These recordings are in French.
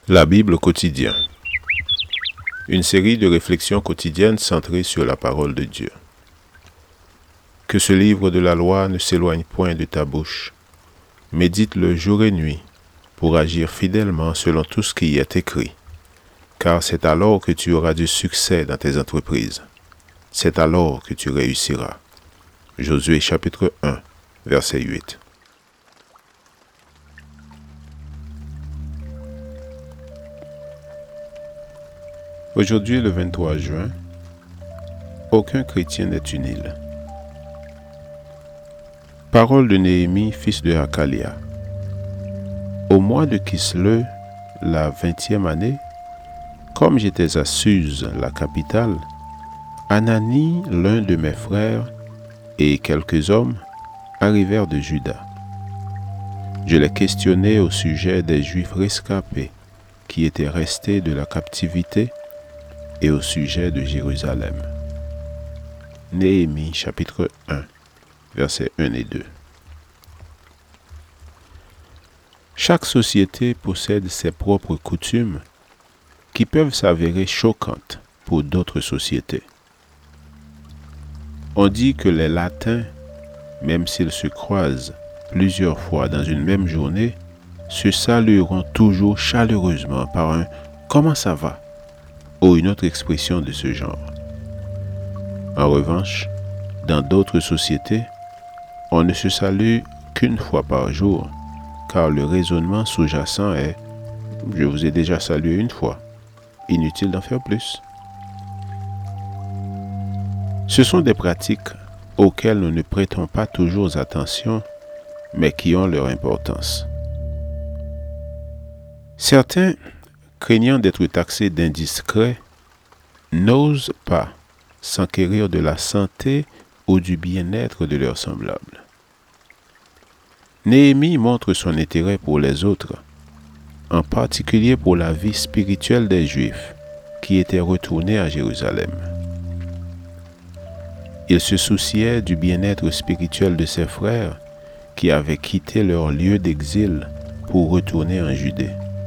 La Bible quotidien. Une série de réflexions quotidiennes centrées sur la parole de Dieu. Que ce livre de la loi ne s'éloigne point de ta bouche. Médite-le jour et nuit pour agir fidèlement selon tout ce qui y est écrit. Car c'est alors que tu auras du succès dans tes entreprises. C'est alors que tu réussiras. Josué chapitre 1, verset 8. Aujourd'hui, le 23 juin, aucun chrétien n'est une île. Parole de Néhémie, fils de Hakalia. Au mois de Kisleu, la 20e année, comme j'étais à Suse, la capitale, Anani, l'un de mes frères, et quelques hommes arrivèrent de Juda. Je les questionnai au sujet des Juifs rescapés qui étaient restés de la captivité et au sujet de Jérusalem. Néhémie chapitre 1, versets 1 et 2. Chaque société possède ses propres coutumes qui peuvent s'avérer choquantes pour d'autres sociétés. On dit que les Latins, même s'ils se croisent plusieurs fois dans une même journée, se salueront toujours chaleureusement par un « Comment ça va ?» ou une autre expression de ce genre. En revanche, dans d'autres sociétés, on ne se salue qu'une fois par jour, car le raisonnement sous-jacent est « Je vous ai déjà salué une fois, inutile d'en faire plus ». Ce sont des pratiques auxquelles nous ne prêtons pas toujours attention, mais qui ont leur importance. Certains, craignant d'être taxés d'indiscrets, n'osent pas s'enquérir de la santé ou du bien-être de leurs semblables. Néhémie montre son intérêt pour les autres, en particulier pour la vie spirituelle des Juifs qui étaient retournés à Jérusalem. Il se souciait du bien-être spirituel de ses frères qui avaient quitté leur lieu d'exil pour retourner en Judée.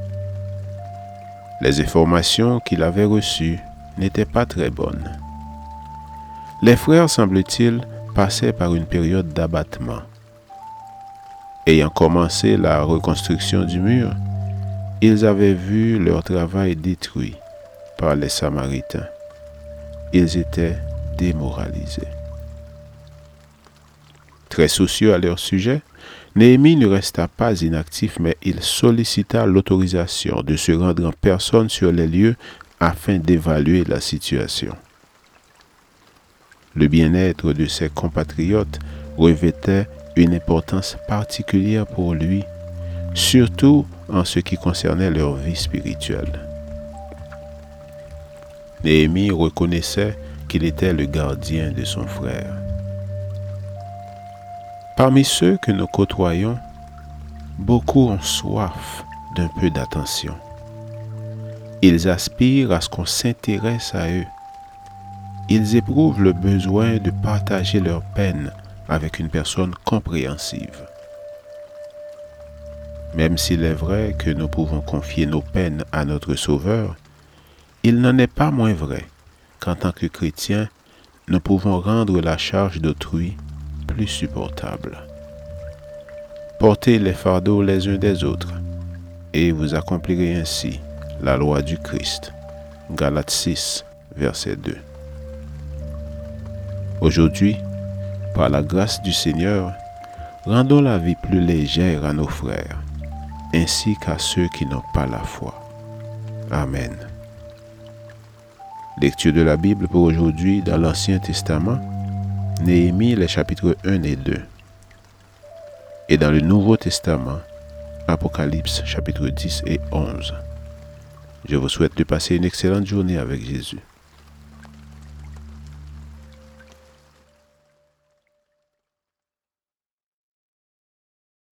Les informations qu'il avait reçues n'étaient pas très bonnes. Les frères, semble-t-il, passaient par une période d'abattement. Ayant commencé la reconstruction du mur, ils avaient vu leur travail détruit par les Samaritains. Ils étaient démoralisés. Très soucieux à leur sujet, Néhémie ne resta pas inactif, mais il sollicita l'autorisation de se rendre en personne sur les lieux afin d'évaluer la situation. Le bien-être de ses compatriotes revêtait une importance particulière pour lui, surtout en ce qui concernait leur vie spirituelle. Néhémie reconnaissait qu'il était le gardien de son frère. Parmi ceux que nous côtoyons, beaucoup ont soif d'un peu d'attention. Ils aspirent à ce qu'on s'intéresse à eux. Ils éprouvent le besoin de partager leurs peines avec une personne compréhensive. Même s'il est vrai que nous pouvons confier nos peines à notre Sauveur, il n'en est pas moins vrai qu'en tant que chrétiens, nous pouvons rendre la charge d'autrui plus supportable. Portez les fardeaux les uns des autres, et vous accomplirez ainsi la loi du Christ. Galates 6, verset 2. Aujourd'hui, par la grâce du Seigneur, rendons la vie plus légère à nos frères, ainsi qu'à ceux qui n'ont pas la foi. Amen. Lecture de la Bible pour aujourd'hui dans l'Ancien Testament, Néhémie, les chapitres 1 et 2. Et dans le Nouveau Testament, Apocalypse, chapitres 10 et 11. Je vous souhaite de passer une excellente journée avec Jésus.